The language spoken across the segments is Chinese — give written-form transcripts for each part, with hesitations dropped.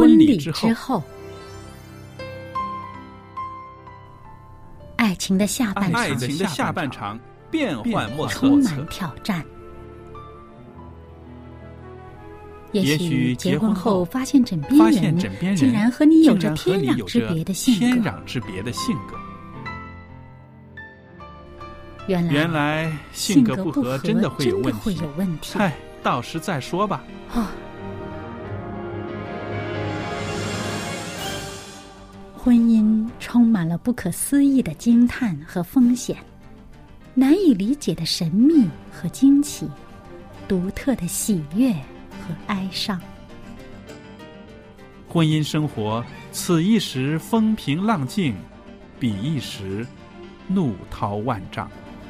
婚礼之后。爱情的下半场变幻莫测， 充满挑战。也许结婚后发现枕边人竟然和你有着天壤之别的性格。 原来性格不合真的会有问题。嗨，到时再说吧。 婚姻充满了不可思议的惊叹和风险，难以理解的神秘和惊奇，独特的喜悦和哀伤。 婚姻生活，此一时风平浪静，彼一时怒涛万丈。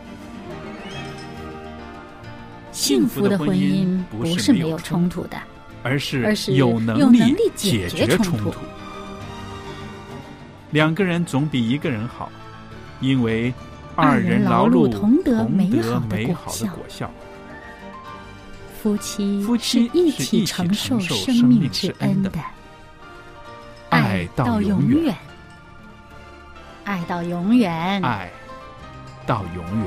幸福的婚姻不是没有冲突的， 而是有能力解决冲突。两个人总比一个人好，因为二人劳碌同得美好的果效。 夫妻是一起承受生命之恩的，爱到永远，爱到永远， 爱到永远。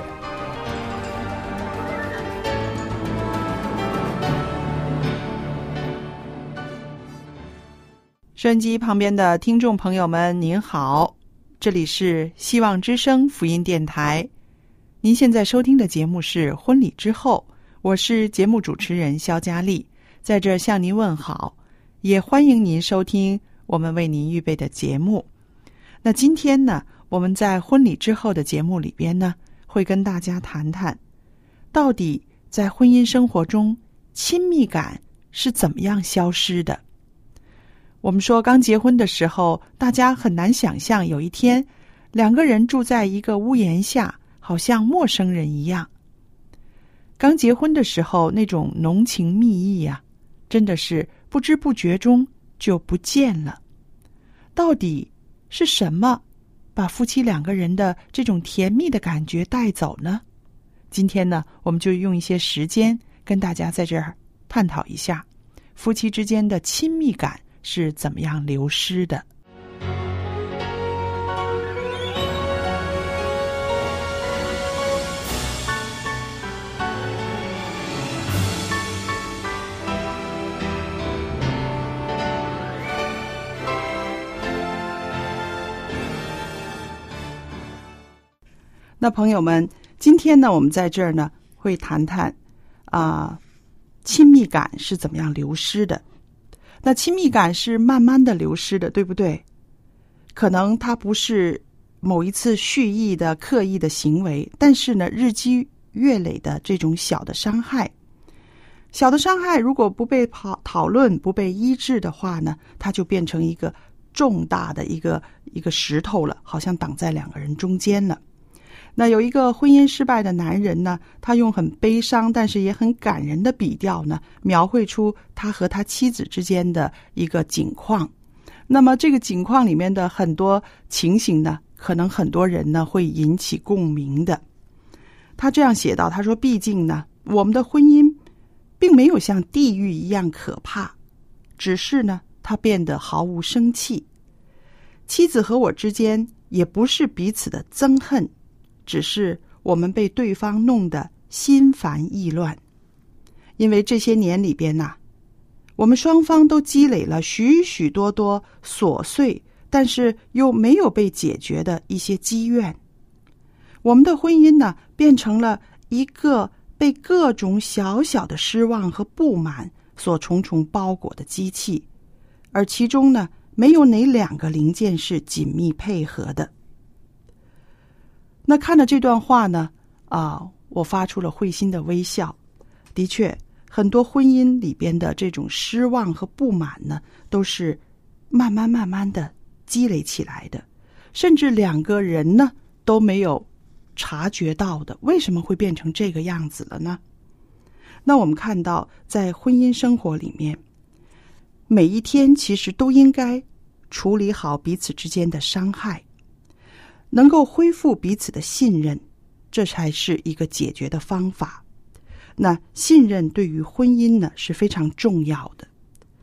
收音机旁边的听众朋友们您好，这里是希望之声福音电台，您现在收听的节目是婚礼之后，我是节目主持人肖佳丽，在这向您问好，也欢迎您收听我们为您预备的节目。那今天呢，我们在婚礼之后的节目里边呢，会跟大家谈谈到底在婚姻生活中亲密感是怎么样消失的。我们说刚结婚的时候，大家很难想象有一天两个人住在一个屋檐下，好像陌生人一样。刚结婚的时候那种浓情蜜意啊，真的是不知不觉中就不见了。到底是什么把夫妻两个人的这种甜蜜的感觉带走呢？今天呢，我们就用一些时间跟大家在这儿探讨一下夫妻之间的亲密感是怎么样流失的。那朋友们，今天呢，我们在这儿呢会谈谈亲密感是怎么样流失的。那亲密感是慢慢的流失的，对不对？可能它不是某一次蓄意的刻意的行为，但是呢，日积月累的这种小的伤害如果不被讨论，不被医治的话呢，它就变成一个重大的一个石头了，好像挡在两个人中间了。那有一个婚姻失败的男人呢，他用很悲伤但是也很感人的笔调呢，描绘出他和他妻子之间的一个景况。那么这个景况里面的很多情形呢，可能很多人呢会引起共鸣的。他这样写道，他说，毕竟呢，我们的婚姻并没有像地狱一样可怕，只是呢，它变得毫无生气。妻子和我之间也不是彼此的憎恨，只是我们被对方弄得心烦意乱。因为这些年里边呢，我们双方都积累了许许多多琐碎但是又没有被解决的一些积怨。我们的婚姻呢，变成了一个被各种小小的失望和不满所重重包裹的机器，而其中呢，没有哪两个零件是紧密配合的。那看了这段话呢，我发出了会心的微笑。的确，很多婚姻里边的这种失望和不满呢，都是慢慢的积累起来的，甚至两个人呢都没有察觉到的。为什么会变成这个样子了呢？那我们看到，在婚姻生活里面，每一天其实都应该处理好彼此之间的伤害，能够恢复彼此的信任，这才是一个解决的方法。那信任对于婚姻呢是非常重要的。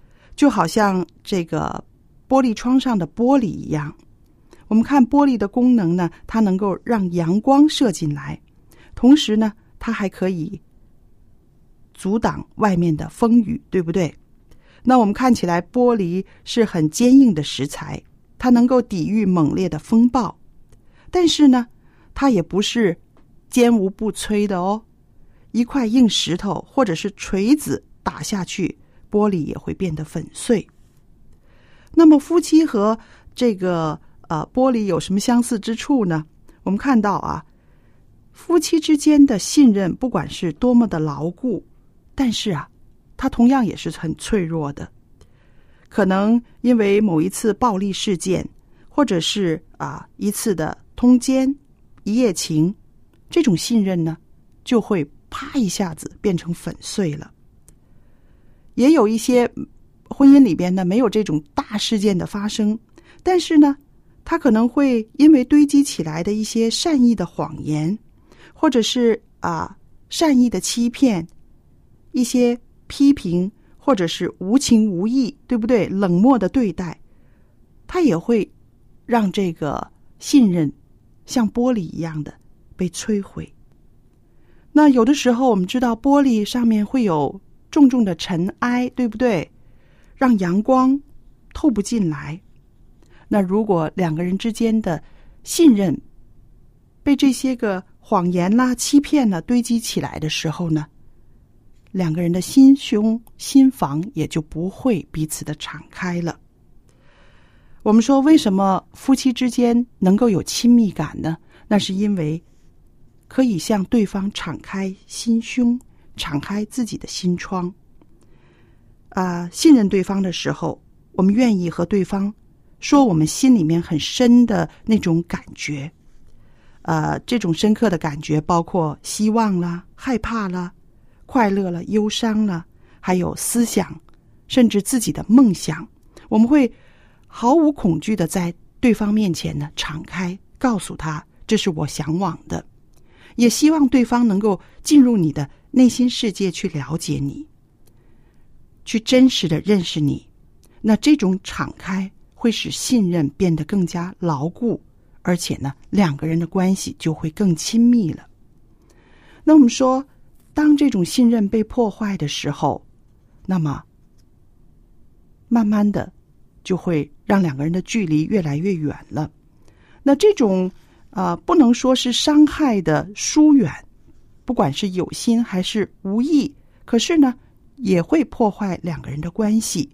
就好像这个玻璃窗上的玻璃一样。我们看玻璃的功能呢，它能够让阳光射进来，同时呢，它还可以阻挡外面的风雨，对不对？那我们看起来玻璃是很坚硬的石材，它能够抵御猛烈的风暴，但是呢，它也不是坚无不摧的哦。一块硬石头或者是锤子打下去，玻璃也会变得粉碎。那么夫妻和这个玻璃有什么相似之处呢？我们看到啊，夫妻之间的信任不管是多么的牢固，但是啊，它同样也是很脆弱的。可能因为某一次暴力事件，或者是一次的通奸、一夜情，这种信任呢，就会啪一下子变成粉碎了。也有一些婚姻里边呢，没有这种大事件的发生，但是呢，他可能会因为堆积起来的一些善意的谎言，或者是善意的欺骗，一些批评，或者是无情无义，对不对？冷漠的对待，他也会让这个信任像玻璃一样的被摧毁。那有的时候我们知道玻璃上面会有重重的尘埃，对不对？让阳光透不进来。那如果两个人之间的信任被这些个谎言啦、欺骗啦堆积起来的时候呢，两个人的心胸、心房也就不会彼此的敞开了。我们说为什么夫妻之间能够有亲密感呢？那是因为可以向对方敞开心胸，敞开自己的心窗。信任对方的时候，我们愿意和对方说我们心里面很深的那种感觉。这种深刻的感觉包括希望啦、害怕啦、快乐了、忧伤了，还有思想，甚至自己的梦想。我们会毫无恐惧的在对方面前呢敞开，告诉他这是我向往的，也希望对方能够进入你的内心世界去了解你，去真实的认识你。那这种敞开会使信任变得更加牢固，而且呢，两个人的关系就会更亲密了。那我们说，当这种信任被破坏的时候，那么慢慢的就会让两个人的距离越来越远了。那这种不能说是伤害的疏远，不管是有心还是无意，可是呢，也会破坏两个人的关系。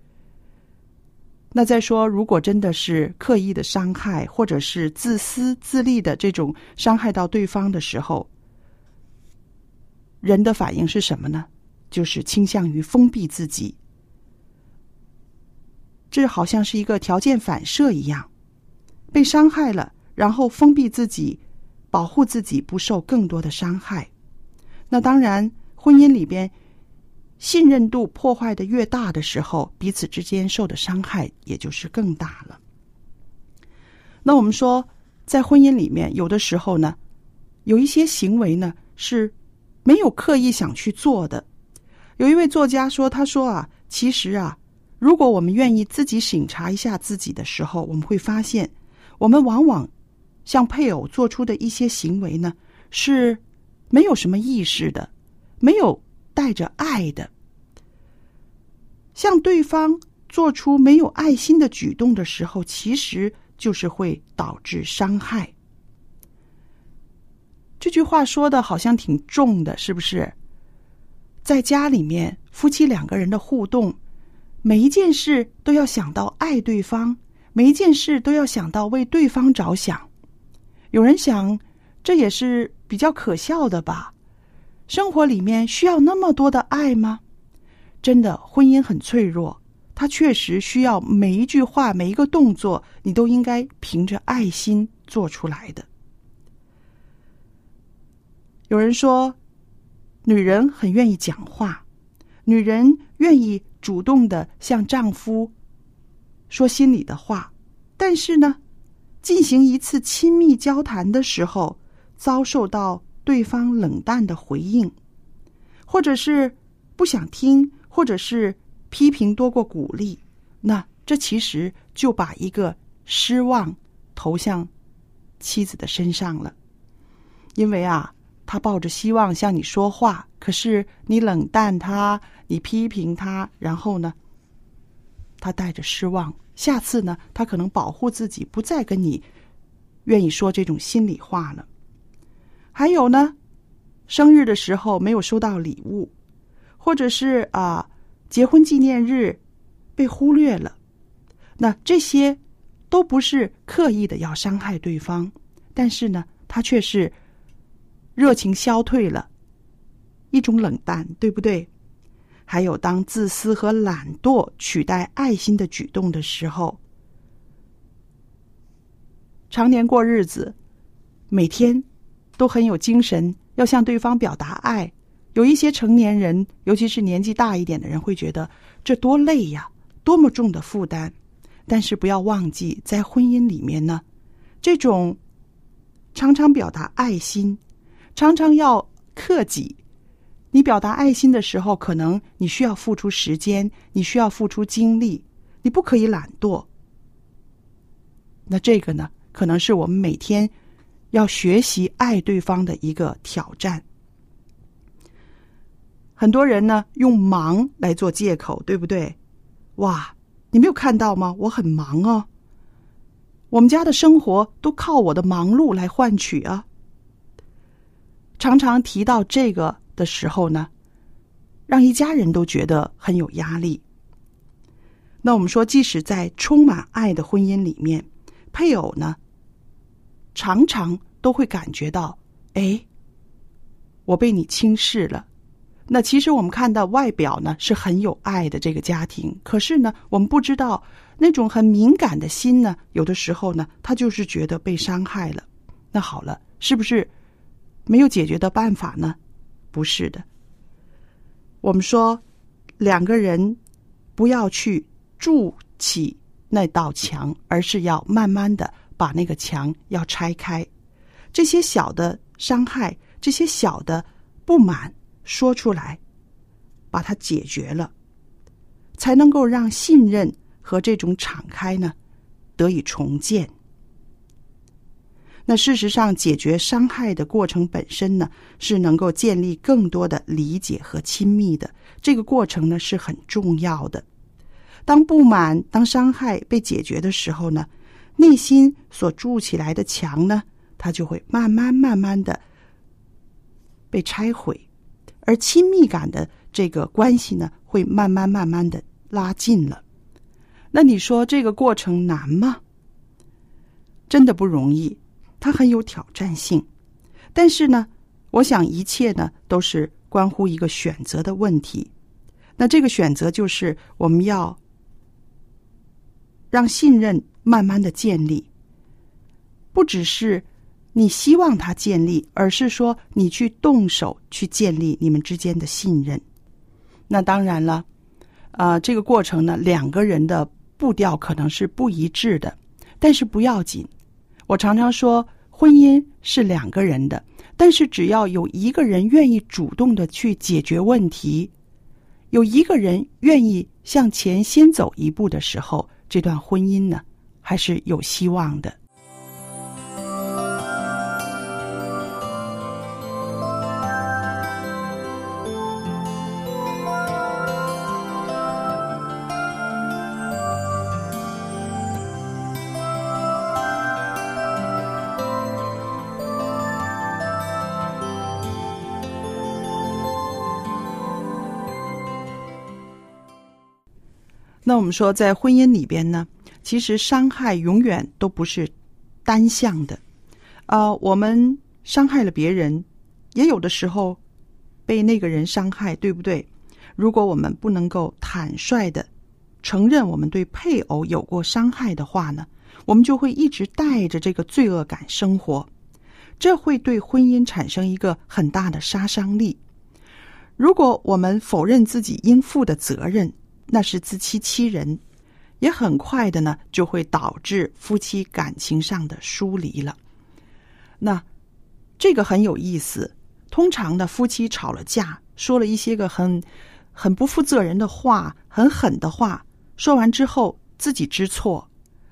那再说，如果真的是刻意的伤害，或者是自私自利的这种伤害到对方的时候，人的反应是什么呢？就是倾向于封闭自己。这好像是一个条件反射一样，被伤害了，然后封闭自己，保护自己不受更多的伤害。那当然，婚姻里边信任度破坏的越大的时候，彼此之间受的伤害也就是更大了。那我们说，在婚姻里面，有的时候呢，有一些行为呢是没有刻意想去做的。有一位作家说，他说其实如果我们愿意自己省察一下自己的时候，我们会发现，我们往往向配偶做出的一些行为呢，是没有什么意识的，没有带着爱的。向对方做出没有爱心的举动的时候，其实就是会导致伤害。这句话说的好像挺重的，是不是？在家里面，夫妻两个人的互动，每一件事都要想到爱对方，每一件事都要想到为对方着想。有人想，这也是比较可笑的吧？生活里面需要那么多的爱吗？真的，婚姻很脆弱，它确实需要每一句话、每一个动作，你都应该凭着爱心做出来的。有人说，女人很愿意讲话，女人愿意主动的向丈夫说心里的话，但是呢，进行一次亲密交谈的时候，遭受到对方冷淡的回应，或者是不想听，或者是批评多过鼓励，那这其实就把一个失望投向妻子的身上了。因为他抱着希望向你说话，可是你冷淡他，你批评他，然后呢，他带着失望，下次呢，他可能保护自己，不再跟你愿意说这种心里话了。还有呢，生日的时候没有收到礼物，或者是结婚纪念日被忽略了，那这些都不是刻意的要伤害对方，但是呢，他却是热情消退了，一种冷淡，对不对？还有当自私和懒惰取代爱心的举动的时候，常年过日子，每天都很有精神，要向对方表达爱。有一些成年人，尤其是年纪大一点的人，会觉得这多累呀，多么重的负担。但是不要忘记，在婚姻里面呢，这种常常表达爱心，常常要克己。你表达爱心的时候，可能你需要付出时间，你需要付出精力，你不可以懒惰。那这个呢，可能是我们每天要学习爱对方的一个挑战。很多人呢，用忙来做借口，对不对？哇，你没有看到吗？我很忙哦，我们家的生活都靠我的忙碌来换取啊。常常提到这个的时候呢，让一家人都觉得很有压力。那我们说，即使在充满爱的婚姻里面，配偶呢，常常都会感觉到，我被你轻视了。那其实我们看到外表呢是很有爱的这个家庭，可是呢，我们不知道那种很敏感的心呢，有的时候呢，他就是觉得被伤害了。那好了，是不是没有解决的办法呢？不是的。我们说，两个人不要去筑起那道墙，而是要慢慢的把那个墙要拆开。这些小的伤害，这些小的不满说出来，把它解决了，才能够让信任和这种敞开呢得以重建。那事实上，解决伤害的过程本身呢，是能够建立更多的理解和亲密的。这个过程呢是很重要的。当不满、当伤害被解决的时候呢，内心所筑起来的墙呢，它就会慢慢的被拆毁。而亲密感的这个关系呢，会慢慢的拉近了。那你说这个过程难吗？真的不容易，它很有挑战性。但是呢，我想一切呢都是关乎一个选择的问题。那这个选择就是我们要让信任慢慢的建立，不只是你希望它建立，而是说你去动手去建立你们之间的信任。那当然了，这个过程呢，两个人的步调可能是不一致的，但是不要紧。我常常说，婚姻是两个人的，但是只要有一个人愿意主动的去解决问题，有一个人愿意向前先走一步的时候，这段婚姻呢，还是有希望的。那我们说，在婚姻里边呢，其实伤害永远都不是单向的。我们伤害了别人，也有的时候被那个人伤害，对不对？如果我们不能够坦率的承认我们对配偶有过伤害的话呢，我们就会一直带着这个罪恶感生活，这会对婚姻产生一个很大的杀伤力。如果我们否认自己应负的责任，那是自欺欺人，也很快的呢就会导致夫妻感情上的疏离了。那这个很有意思，通常呢夫妻吵了架，说了一些个很很不负责任的话，很狠的话，说完之后自己知错，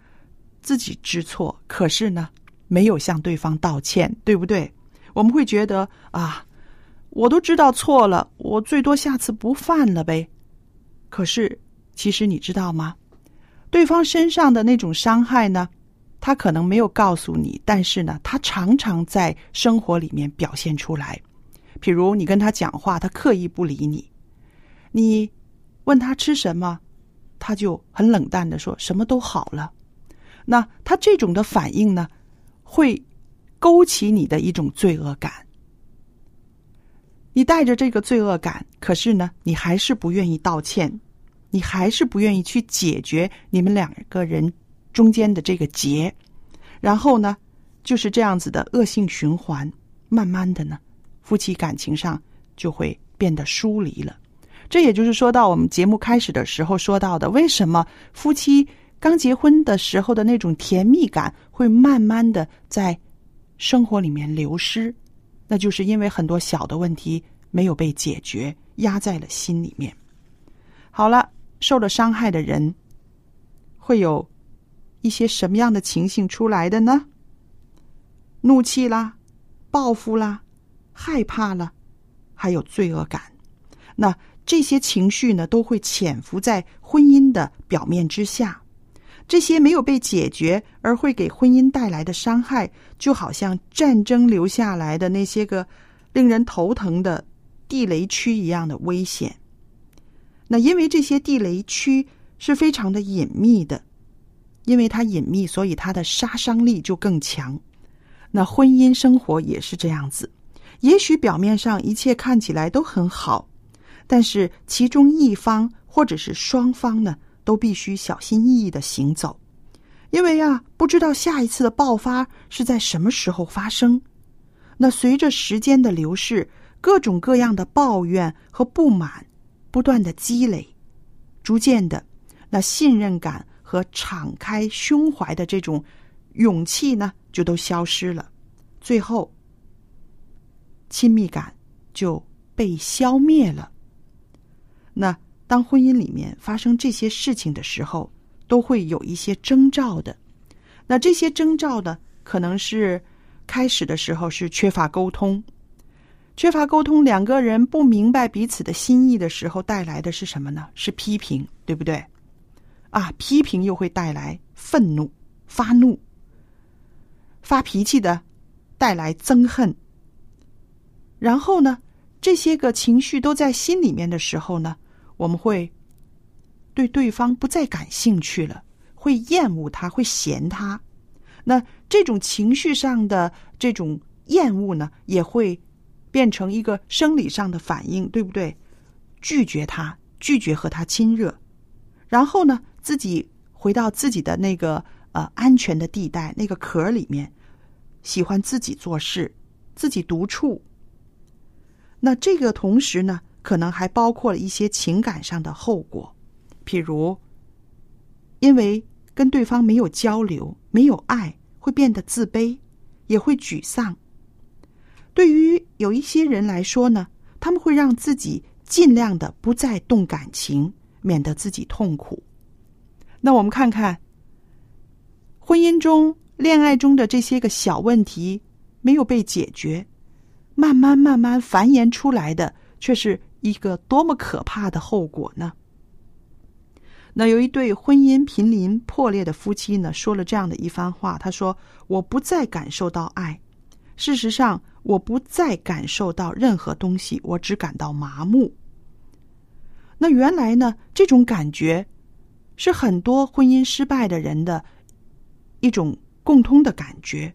可是呢没有向对方道歉，对不对？我们会觉得我都知道错了，我最多下次不犯了呗。可是其实你知道吗？对方身上的那种伤害呢，他可能没有告诉你，但是呢他常常在生活里面表现出来。比如你跟他讲话，他刻意不理你，你问他吃什么，他就很冷淡的说什么都好了。那他这种的反应呢，会勾起你的一种罪恶感。你带着这个罪恶感，可是呢你还是不愿意道歉，你还是不愿意去解决你们两个人中间的这个结，然后呢就是这样子的恶性循环，慢慢的呢夫妻感情上就会变得疏离了。这也就是说到我们节目开始的时候说到的，为什么夫妻刚结婚的时候的那种甜蜜感会慢慢的在生活里面流失，那就是因为很多小的问题没有被解决，压在了心里面。好了，受了伤害的人会有一些什么样的情形出来的呢？怒气啦，报复啦，害怕了，还有罪恶感。那这些情绪呢，都会潜伏在婚姻的表面之下。这些没有被解决而会给婚姻带来的伤害，就好像战争留下来的那些个令人头疼的地雷区一样的危险。那因为这些地雷区是非常的隐秘的，因为它隐秘，所以它的杀伤力就更强。那婚姻生活也是这样子，也许表面上一切看起来都很好，但是其中一方或者是双方呢，都必须小心翼翼的行走，因为不知道下一次的爆发是在什么时候发生。那随着时间的流逝，各种各样的抱怨和不满不断的积累，逐渐的，那信任感和敞开胸怀的这种勇气呢，就都消失了，最后亲密感就被消灭了。那当婚姻里面发生这些事情的时候，都会有一些征兆的。那这些征兆呢，可能是开始的时候是缺乏沟通，两个人不明白彼此的心意的时候带来的是什么呢？是批评，对不对？批评又会带来愤怒、发怒，发脾气的带来憎恨。然后呢，这些个情绪都在心里面的时候呢，我们会对对方不再感兴趣了，会厌恶他，会嫌他。那这种情绪上的这种厌恶呢，也会变成一个生理上的反应，对不对？拒绝他，拒绝和他亲热，然后呢，自己回到自己的那个安全的地带，那个壳里面，喜欢自己做事，自己独处。那这个同时呢，可能还包括了一些情感上的后果，譬如因为跟对方没有交流，没有爱，会变得自卑，也会沮丧。对于有一些人来说呢，他们会让自己尽量的不再动感情，免得自己痛苦。那我们看看婚姻中、恋爱中的这些个小问题没有被解决，慢慢繁衍出来的却是一个多么可怕的后果呢？那有一对婚姻濒临破裂的夫妻呢，说了这样的一番话，他说：我不再感受到爱，事实上我不再感受到任何东西，我只感到麻木。那原来呢，这种感觉是很多婚姻失败的人的一种共通的感觉，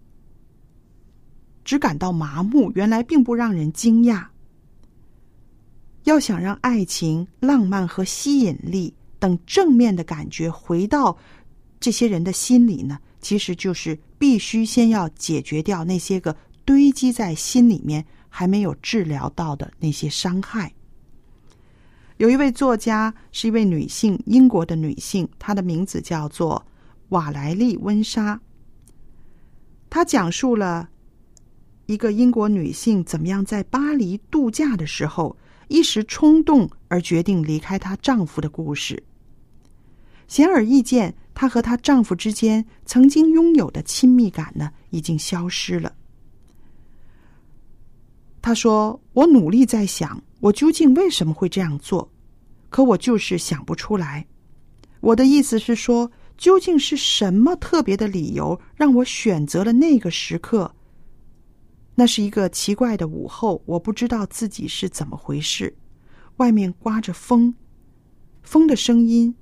只感到麻木，原来并不让人惊讶。要想让爱情、浪漫和吸引力等正面的感觉回到这些人的心里呢，其实就是必须先要解决掉那些个堆积在心里面还没有治疗到的那些伤害。有一位作家，是一位女性，英国的女性，她的名字叫做瓦莱丽·温莎。她讲述了一个英国女性怎么样在巴黎度假的时候， 一时冲动而决定离开她丈夫的故事。显而易见，她和她丈夫之间曾经拥有的亲密感呢，已经消失了。她说，我努力在想，我究竟为什么会这样做，可我就是想不出来。我的意思是说，究竟是什么特别的理由让我选择了那个时刻？那是一个奇怪的午后，我不知道自己是怎么回事。外面刮着风，风的声音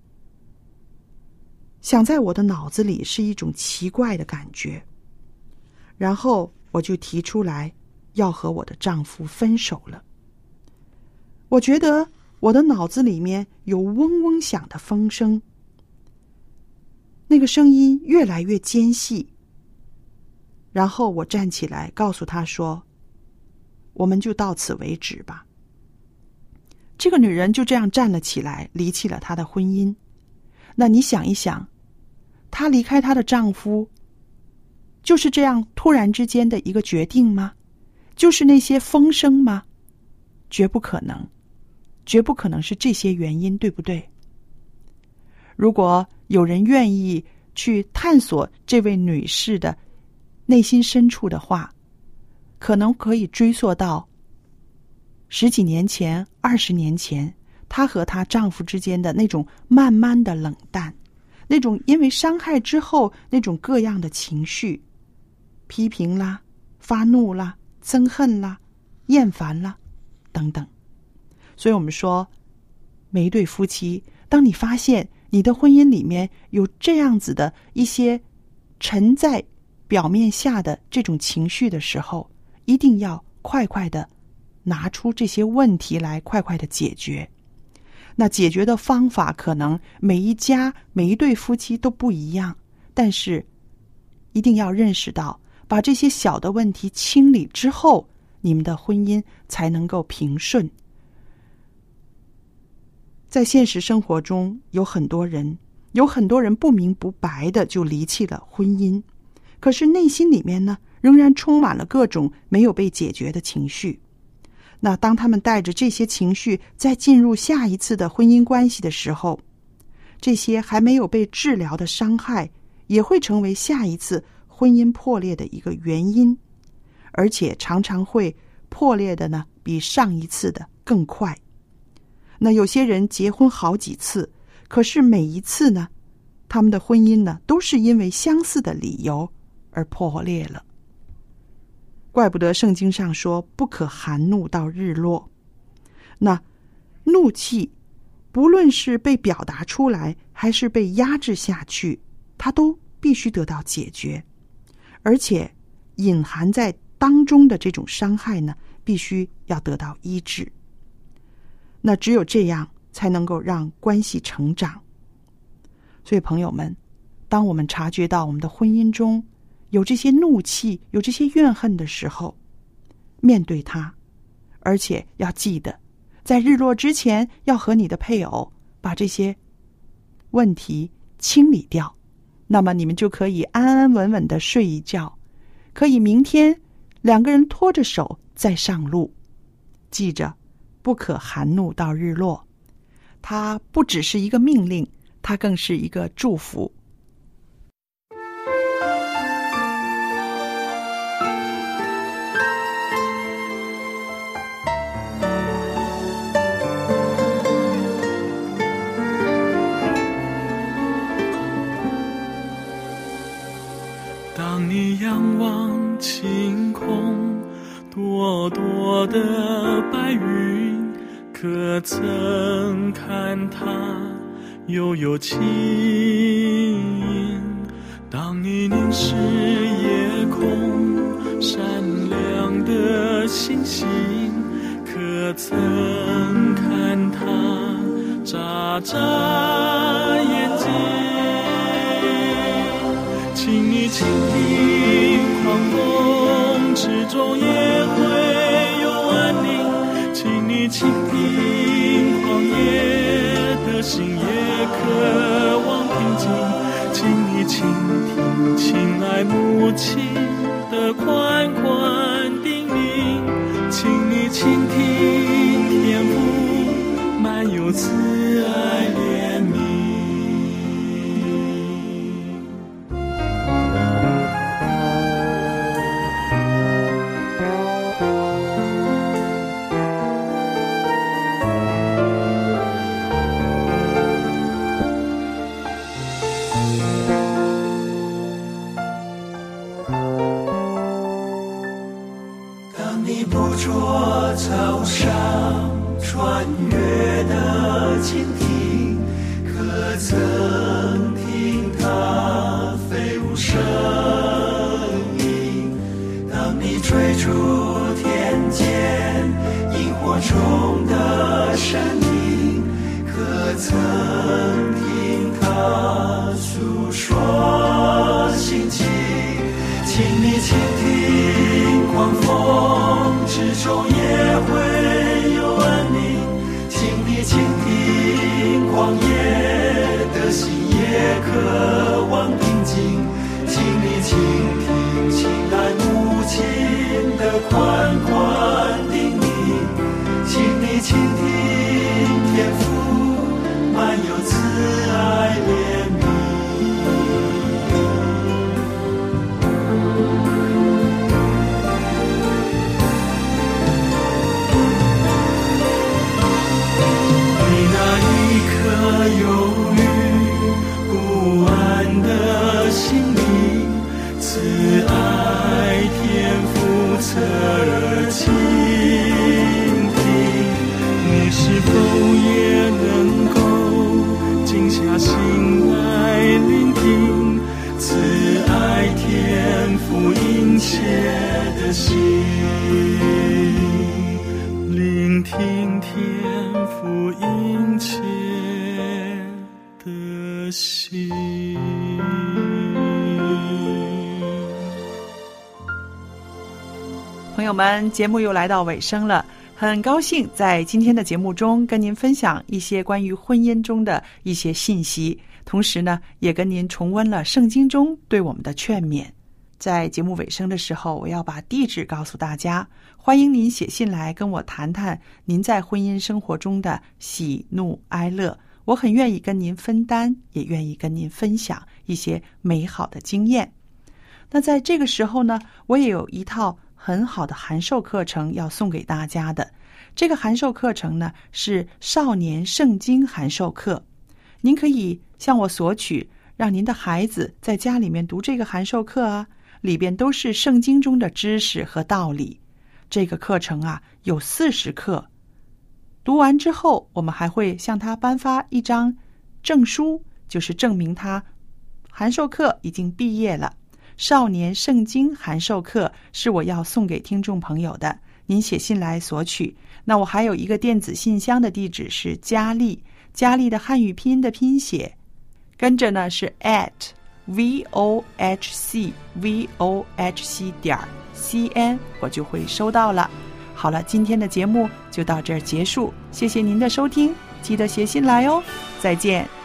响在我的脑子里，是一种奇怪的感觉。然后我就提出来要和我的丈夫分手了。我觉得我的脑子里面有嗡嗡响的风声，那个声音越来越尖细。然后我站起来告诉他说，我们就到此为止吧。这个女人就这样站了起来，离弃了她的婚姻。那你想一想，她离开她的丈夫就是这样突然之间的一个决定吗？就是那些风声吗？绝不可能，绝不可能是这些原因，对不对？如果有人愿意去探索这位女士的内心深处的话，可能可以追溯到10几年前、20年前，她和她丈夫之间的那种慢慢的冷淡，那种因为伤害之后那种各样的情绪，批评啦、发怒啦、憎恨啦、厌烦啦等等。所以我们说，每一对夫妻，当你发现你的婚姻里面有这样子的一些沉在表面下的这种情绪的时候，一定要快快的拿出这些问题来，快快的解决。那解决的方法可能每一家每一对夫妻都不一样，但是一定要认识到，把这些小的问题清理之后，你们的婚姻才能够平顺。在现实生活中，有很多人不明不白的就离弃了婚姻，可是内心里面呢，仍然充满了各种没有被解决的情绪。那当他们带着这些情绪再进入下一次的婚姻关系的时候，这些还没有被治疗的伤害也会成为下一次婚姻破裂的一个原因，而且常常会破裂的呢比上一次的更快。那有些人结婚好几次，可是每一次呢，他们的婚姻呢都是因为相似的理由而破裂了。怪不得圣经上说不可含怒到日落。那怒气不论是被表达出来还是被压制下去，它都必须得到解决，而且隐含在当中的这种伤害呢，必须要得到医治。那只有这样才能够让关系成长。所以朋友们，当我们察觉到我们的婚姻中有这些怒气，有这些怨恨的时候，面对它，而且要记得在日落之前要和你的配偶把这些问题清理掉，那么你们就可以安安稳稳的睡一觉，可以明天两个人拖着手再上路。记着，不可含怒到日落，它不只是一个命令，它更是一个祝福。 当你仰望晴空，朵朵的白云，可曾看它悠悠轻盈？当你凝视夜空闪亮的星星，可曾看它眨眨眼睛？请你倾听，狂风之中也会有安宁。请你倾听，狂野的心也渴望平静。请你倾听，亲爱母亲的款款叮咛。请你倾听，天父有慈爱怜悯。当你捕捉草上穿越的蜻蜓，可曾听它飞舞声音？当你追逐天间萤火虫的身影，可曾听它诉说心情？请你倾听，狂风之中也会有安宁。请你倾听，狂野的心也渴望平静。请你倾听，亲爱母亲的款款叮咛。请你倾听，天父满有慈爱怜悯。犹豫不安的心灵，慈爱天父侧耳倾听。你是否也能够静下心来聆听慈爱天父殷切的心，聆听天父殷切的心。 朋友们，节目又来到尾声了，很高兴在今天的节目中跟您分享一些关于婚姻中的一些信息，同时呢，也跟您重温了圣经中对我们的劝勉。在节目尾声的时候，我要把地址告诉大家，欢迎您写信来跟我谈谈您在婚姻生活中的喜怒哀乐，我很愿意跟您分担，也愿意跟您分享一些美好的经验。那在这个时候呢，我也有一套很好的函授课程要送给大家的。这个函授课程呢，是少年圣经函授课。您可以向我索取，让您的孩子在家里面读这个函授课啊，里边都是圣经中的知识和道理。这个课程啊，有40课。读完之后，我们还会向他颁发一张证书，就是证明他函授课已经毕业了。少年圣经函授课是我要送给听众朋友的，您写信来索取。那我还有一个电子信箱的地址是佳丽，佳丽的汉语拼音的拼写，跟着呢是 @vohcvohc.cn， 我就会收到了。好了，今天的节目就到这儿结束，谢谢您的收听，记得写信来哦，再见。